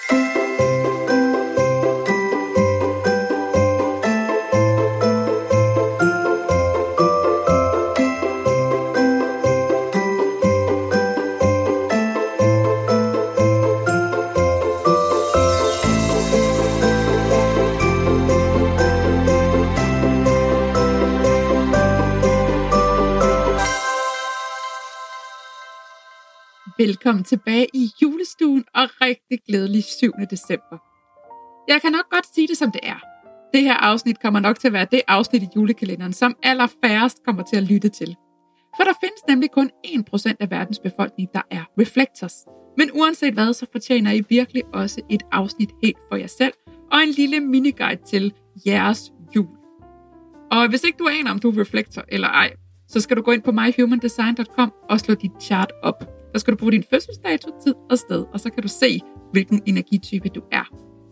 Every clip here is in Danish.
Velkommen tilbage i julestuen og rigtig glædelig 7. december. Jeg kan nok godt sige det, som det er. Det her afsnit kommer nok til at være det afsnit i julekalenderen, som allerfærrest kommer til at lytte til. For der findes nemlig kun 1% af verdens befolkning, der er reflectors. Men uanset hvad, så fortjener I virkelig også et afsnit helt for jer selv, og en lille miniguide til jeres jul. Og hvis ikke du aner, om du er reflektor eller ej, så skal du gå ind på myhumandesign.com og slå dit chart op. Der skal du bruge din fødselsdato, tid og sted, og så kan du se, hvilken energitype du er.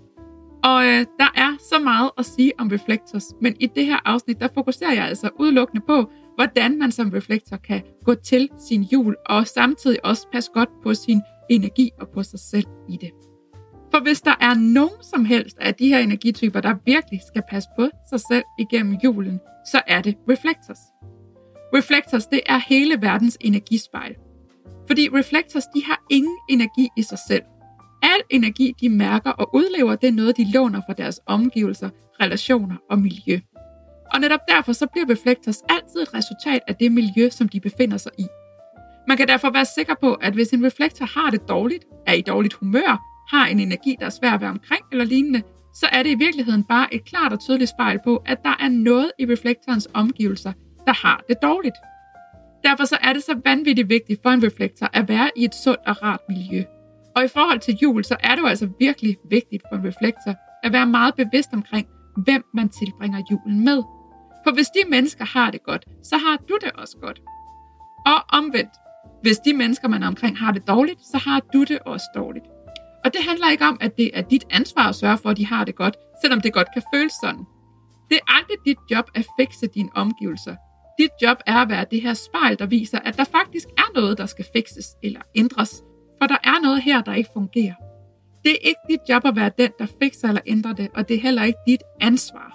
Og der er så meget at sige om reflectors, men i det her afsnit, der fokuserer jeg altså udelukkende på, hvordan man som reflektor kan gå til sin jul, og samtidig også passe godt på sin energi og på sig selv i det. For hvis der er nogen som helst af de her energityper, der virkelig skal passe på sig selv igennem julen, så er det reflectors. Reflectors, det er hele verdens energispejl. Fordi reflectors, de har ingen energi i sig selv. Al energi, de mærker og udlever, det er noget, de låner fra deres omgivelser, relationer og miljø. Og netop derfor så bliver reflectors altid et resultat af det miljø, som de befinder sig i. Man kan derfor være sikker på, at hvis en reflektor har det dårligt, er i dårligt humør, har en energi, der er svær at være omkring eller lignende, så er det i virkeligheden bare et klart og tydeligt spejl på, at der er noget i reflektorens omgivelser, der har det dårligt. Derfor så er det så vanvittigt vigtigt for en reflektor at være i et sundt og rart miljø. Og i forhold til jul, så er det jo altså virkelig vigtigt for en reflektor at være meget bevidst omkring, hvem man tilbringer julen med. For hvis de mennesker har det godt, så har du det også godt. Og omvendt, hvis de mennesker, man er omkring, har det dårligt, så har du det også dårligt. Og det handler ikke om, at det er dit ansvar at sørge for, at de har det godt, selvom det godt kan føles sådan. Det er aldrig dit job at fikse dine omgivelser. Dit job er at være det her spejl, der viser, at der faktisk er noget, der skal fikses eller ændres. For der er noget her, der ikke fungerer. Det er ikke dit job at være den, der fikser eller ændrer det, og det er heller ikke dit ansvar.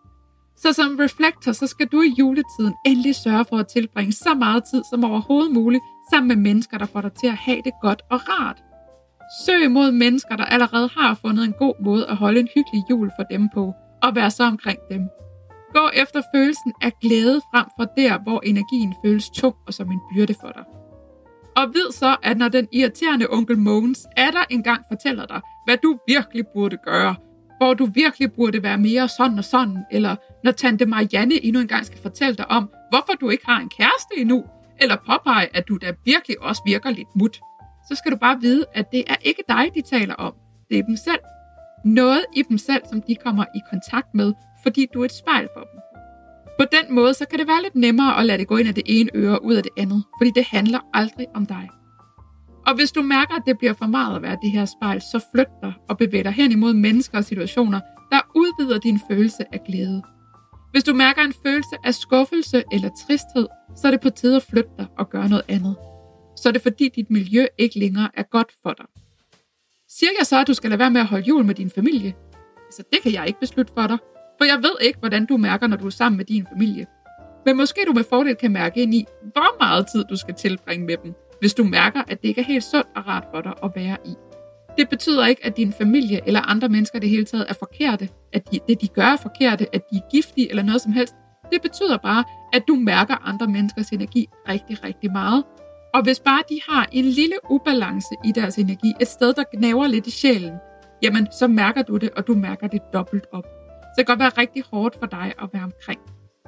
Så som reflektor, så skal du i juletiden endelig sørge for at tilbringe så meget tid som overhovedet muligt, sammen med mennesker, der får dig til at have det godt og rart. Søg mod mennesker, der allerede har fundet en god måde at holde en hyggelig jul for dem på, og være så omkring dem. Gå efter følelsen af glæde frem for der, hvor energien føles tung og som en byrde for dig. Og vid så, at når den irriterende onkel Mogens atter engang fortæller dig, hvad du virkelig burde gøre, hvor du virkelig burde være mere sådan og sådan, eller når tante Marianne endnu engang skal fortælle dig om, hvorfor du ikke har en kæreste endnu, eller påpege, at du da virkelig også virker lidt mut, så skal du bare vide, at det er ikke dig, de taler om. Det er dem selv. Noget i dem selv, som de kommer i kontakt med, fordi du er et spejl for dem. På den måde, så kan det være lidt nemmere at lade det gå ind af det ene øre og ud af det andet, fordi det handler aldrig om dig. Og hvis du mærker, at det bliver for meget at være det her spejl, så flyt dig og bevæg dig hen imod mennesker og situationer, der udvider din følelse af glæde. Hvis du mærker en følelse af skuffelse eller tristhed, så er det på tide at flytte dig og gøre noget andet. Så er det fordi dit miljø ikke længere er godt for dig. Siger jeg så, at du skal lade være med at holde jul med din familie? Altså det kan jeg ikke beslutte for dig. For jeg ved ikke, hvordan du mærker, når du er sammen med din familie. Men måske du med fordel kan mærke ind i, hvor meget tid du skal tilbringe med dem, hvis du mærker, at det ikke er helt sundt og rart for dig at være i. Det betyder ikke, at din familie eller andre mennesker det hele taget er forkerte, at det de gør er forkerte, at de er giftige eller noget som helst. Det betyder bare, at du mærker andre menneskers energi rigtig, rigtig meget. Og hvis bare de har en lille ubalance i deres energi, et sted, der gnaver lidt i sjælen, jamen så mærker du det, og du mærker det dobbelt op. Så det kan godt være rigtig hårdt for dig at være omkring.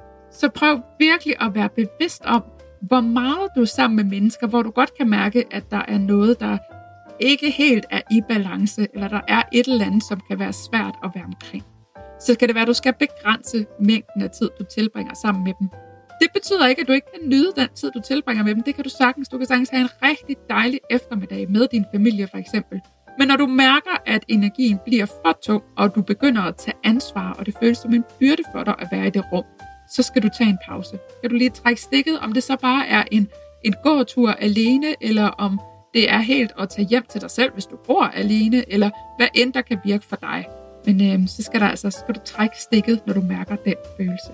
Så prøv virkelig at være bevidst om, hvor meget du er sammen med mennesker, hvor du godt kan mærke, at der er noget, der ikke helt er i balance, eller der er et eller andet, som kan være svært at være omkring. Så kan det være, at du skal begrænse mængden af tid, du tilbringer sammen med dem. Det betyder ikke, at du ikke kan nyde den tid, du tilbringer med dem. Det kan du sagtens. Du kan sagtens have en rigtig dejlig eftermiddag med din familie, for eksempel. Men når du mærker, at energien bliver for tung, og du begynder at tage ansvar, og det føles som en byrde for dig at være i det rum, så skal du tage en pause. Kan du lige trække stikket, om det så bare er en gåtur alene, eller om Det er helt at tage hjem til dig selv, hvis du bor alene, eller hvad end der kan virke for dig. Men så skal du trække stikket, når du mærker den følelse.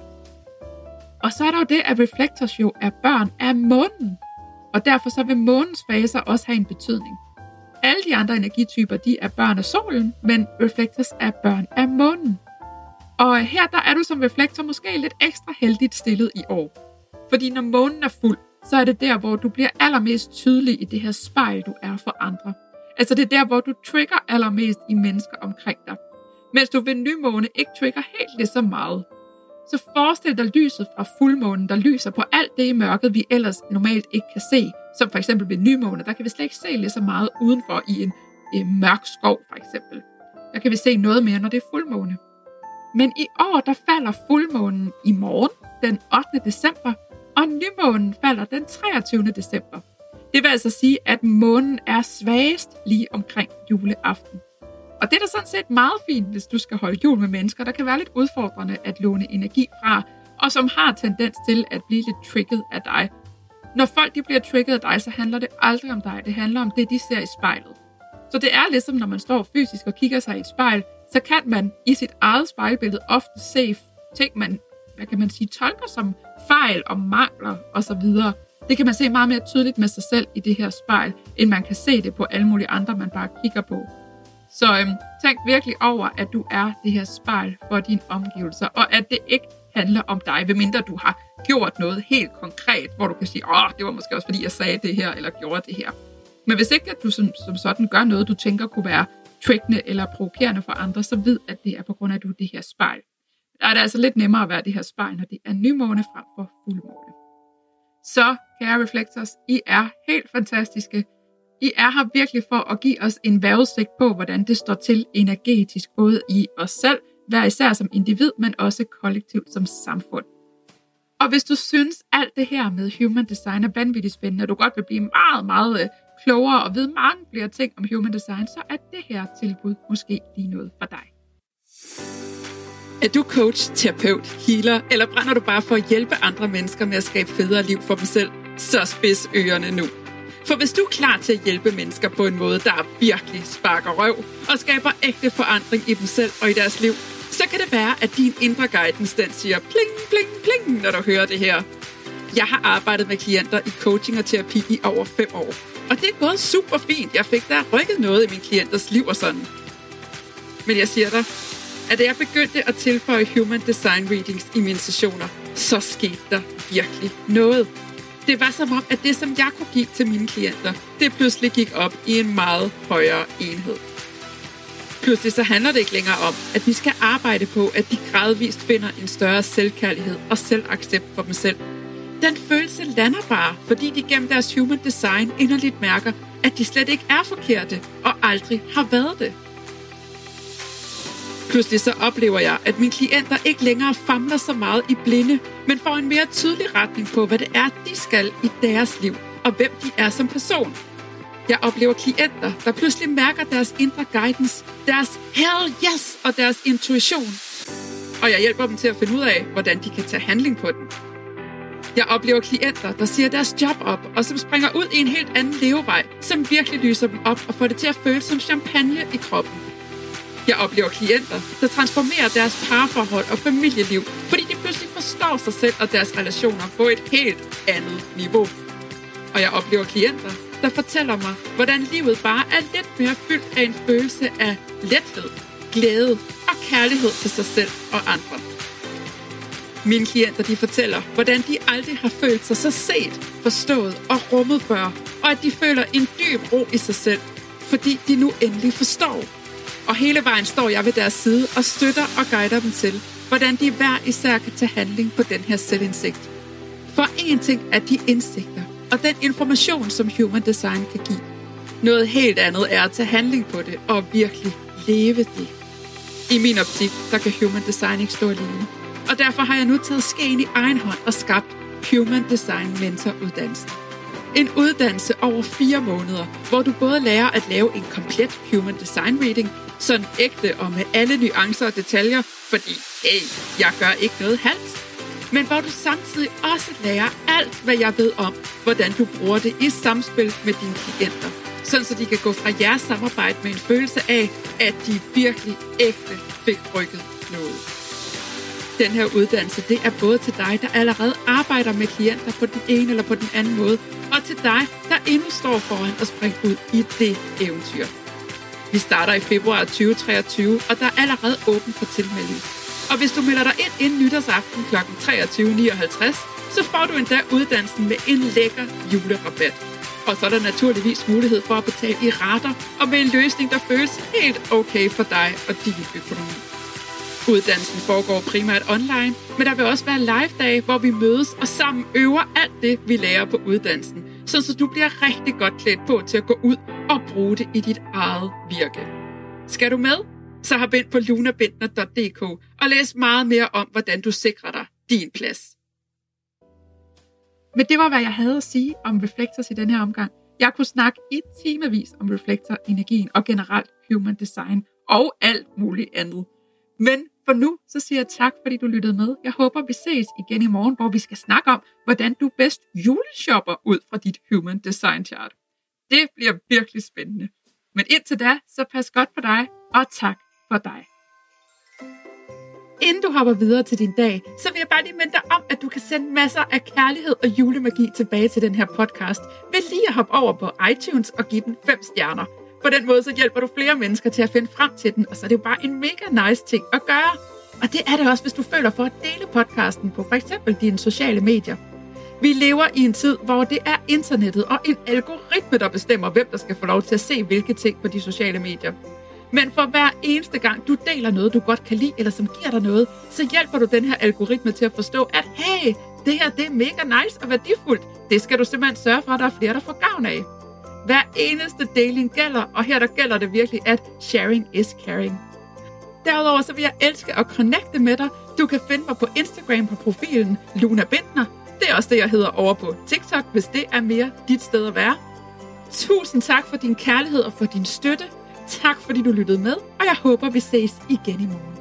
Og så er der jo det, at reflectors jo er børn af månen. Og derfor så vil månens faser også have en betydning. Alle de andre energityper, de er børn af solen, men reflectors er børn af månen. Og her der er du som reflektor måske lidt ekstra heldigt stillet i år. Fordi når månen er fuld, så er det der, hvor du bliver allermest tydelig i det her spejl, du er for andre. Altså det er der, hvor du trigger allermest i mennesker omkring dig. Mens du ved nymåne ikke trigger helt lige så meget. Så forestil dig lyset fra fuldmånen, der lyser på alt det i mørket, vi ellers normalt ikke kan se. Som for eksempel ved nymåne, der kan vi slet ikke se lige så meget udenfor i en mørk skov for eksempel. Der kan vi se noget mere, når det er fuldmåne. Men i år, der falder fuldmånen i morgen, den 8. december, og nymånen falder den 23. december. Det vil altså sige, at månen er svagest lige omkring juleaften. Og det er da sådan set meget fint, hvis du skal holde jul med mennesker, der kan være lidt udfordrende at låne energi fra, og som har tendens til at blive lidt trigget af dig. Når folk de bliver trigget af dig, så handler det aldrig om dig. Det handler om det, de ser i spejlet. Så det er ligesom, når man står fysisk og kigger sig i et spejl, så kan man i sit eget spejlbillede ofte se ting, man, tolker som fejl og mangler osv. Det kan man se meget mere tydeligt med sig selv i det her spejl, end man kan se det på alle mulige andre, man bare kigger på. Så tænk virkelig over, at du er det her spejl for dine omgivelser, og at det ikke handler om dig, medmindre du har gjort noget helt konkret, hvor du kan sige, det var måske også fordi, jeg sagde det her, eller gjorde det her. Men hvis ikke, at du som sådan gør noget, du tænker kunne være triggende eller provokerende for andre, så vid, at det er på grund af, at du er det her spejl. Der er det altså lidt nemmere at være det her spejl, når det er nymåne frem for fuldmåne. Så, kære reflectors, I er helt fantastiske. I er her virkelig for at give os en vejrudsigt på, hvordan det står til energetisk, både i os selv, hver især som individ, men også kollektivt som samfund. Og hvis du synes, alt det her med human design er vanvittigt spændende, og du godt vil blive meget, meget klogere og vide mange flere ting om human design, så er det her tilbud måske lige noget for dig. Er du coach, terapeut, healer, eller brænder du bare for at hjælpe andre mennesker med at skabe federe liv for dem selv, så spids ørerne nu. For hvis du er klar til at hjælpe mennesker på en måde, der virkelig sparker røv og skaber ægte forandring i dem selv og i deres liv, så kan det være, at din indre guidance den siger pling, pling, pling, når du hører det her. Jeg har arbejdet med klienter i coaching og terapi i over 5 år. Og det er gået super fint. Jeg fik der rykket noget i mine klienters liv og sådan. Men jeg siger dig, at da jeg begyndte at tilføje human design readings i mine sessioner, så skete der virkelig noget. Det var som om, at det, som jeg kunne give til mine klienter, det pludselig gik op i en meget højere enhed. Pludselig så handler det ikke længere om, at vi skal arbejde på, at de gradvist finder en større selvkærlighed og selvaccept for dem selv. Den følelse lander bare, fordi de gennem deres human design inderligt mærker, at de slet ikke er forkerte og aldrig har været det. Pludselig så oplever jeg, at mine klienter ikke længere famler så meget i blinde, men får en mere tydelig retning på, hvad det er, de skal i deres liv, og hvem de er som person. Jeg oplever klienter, der pludselig mærker deres indre guidance, deres hell yes og deres intuition. Og jeg hjælper dem til at finde ud af, hvordan de kan tage handling på den. Jeg oplever klienter, der siger deres job op, og som springer ud i en helt anden levevej, som virkelig lyser dem op og får det til at føles som champagne i kroppen. Jeg oplever klienter, der transformerer deres parforhold og familieliv, fordi de pludselig forstår sig selv og deres relationer på et helt andet niveau. Og jeg oplever klienter, der fortæller mig, hvordan livet bare er lidt mere fyldt af en følelse af lethed, glæde og kærlighed til sig selv og andre. Mine klienter, de fortæller, hvordan de aldrig har følt sig så set, forstået og rummet før, og at de føler en dyb ro i sig selv, fordi de nu endelig forstår. Og hele vejen står jeg ved deres side og støtter og guider dem til, hvordan de hver især kan tage handling på den her selvindsigt. For en ting er de indsigter og den information, som human design kan give. Noget helt andet er at tage handling på det og virkelig leve det. I min optik, der kan human design ikke stå alene. Og derfor har jeg nu taget skeen i egen hånd og skabt Human Design Mentoruddannelsen. En uddannelse over 4 måneder, hvor du både lærer at lave en komplet Human Design Reading, sådan ægte og med alle nuancer og detaljer, fordi hey, jeg gør ikke noget halvt. Men hvor du samtidig også lærer alt, hvad jeg ved om, hvordan du bruger det i samspil med dine klienter. sådan så de kan gå fra jeres samarbejde med en følelse af, at de virkelig ægte fik rykket noget. Den her uddannelse, det er både til dig, der allerede arbejder med klienter på den ene eller på den anden måde, og til dig, der endnu står foran at springe ud i det eventyr. Vi starter i februar 2023, og der er allerede åben for tilmelding. Og hvis du melder dig ind inden nytårsaften kl. 23.59, så får du endda uddannelsen med en lækker julerabat. Og så er der naturligvis mulighed for at betale i rater, og med en løsning, der føles helt okay for dig og din økonomi. Uddannelsen foregår primært online, men der vil også være live-dage, hvor vi mødes og sammen øver alt det, vi lærer på uddannelsen, så du bliver rigtig godt klædt på til at gå ud og bruge det i dit eget virke. Skal du med? Så hop ind på lunabintner.dk og læs meget mere om, hvordan du sikrer dig din plads. Men det var, hvad jeg havde at sige om Reflectors i den her omgang. Jeg kunne snakke i timevis om Reflector-energien og generelt human design og alt muligt andet. Men for nu, så siger jeg tak, fordi du lyttede med. Jeg håber, vi ses igen i morgen, hvor vi skal snakke om, hvordan du bedst juleshopper ud fra dit human design chart. Det bliver virkelig spændende. Men indtil da, så pas godt på dig, og tak for dig. Inden du hopper videre til din dag, så vil jeg bare lige minde dig om, at du kan sende masser af kærlighed og julemagi tilbage til den her podcast ved lige at hoppe over på iTunes og give den 5 stjerner. På den måde så hjælper du flere mennesker til at finde frem til den, og så er det jo bare en mega nice ting at gøre. Og det er det også, hvis du føler for at dele podcasten på f.eks. dine sociale medier. Vi lever i en tid, hvor det er internettet og en algoritme, der bestemmer, hvem der skal få lov til at se hvilke ting på de sociale medier. Men for hver eneste gang, du deler noget, du godt kan lide, eller som giver dig noget, så hjælper du den her algoritme til at forstå, at hey, det her det er mega nice og værdifuldt. Det skal du simpelthen sørge for, at der er flere, der får gavn af. Hver eneste deling gælder, og her der gælder det virkelig, at sharing is caring. Derudover så vil jeg elske at connecte med dig. Du kan finde mig på Instagram på profilen Luna Bintner. Det er også det, jeg hedder over på TikTok, hvis det er mere dit sted at være. Tusind tak for din kærlighed og for din støtte. Tak fordi du lyttede med, og jeg håber, vi ses igen i morgen.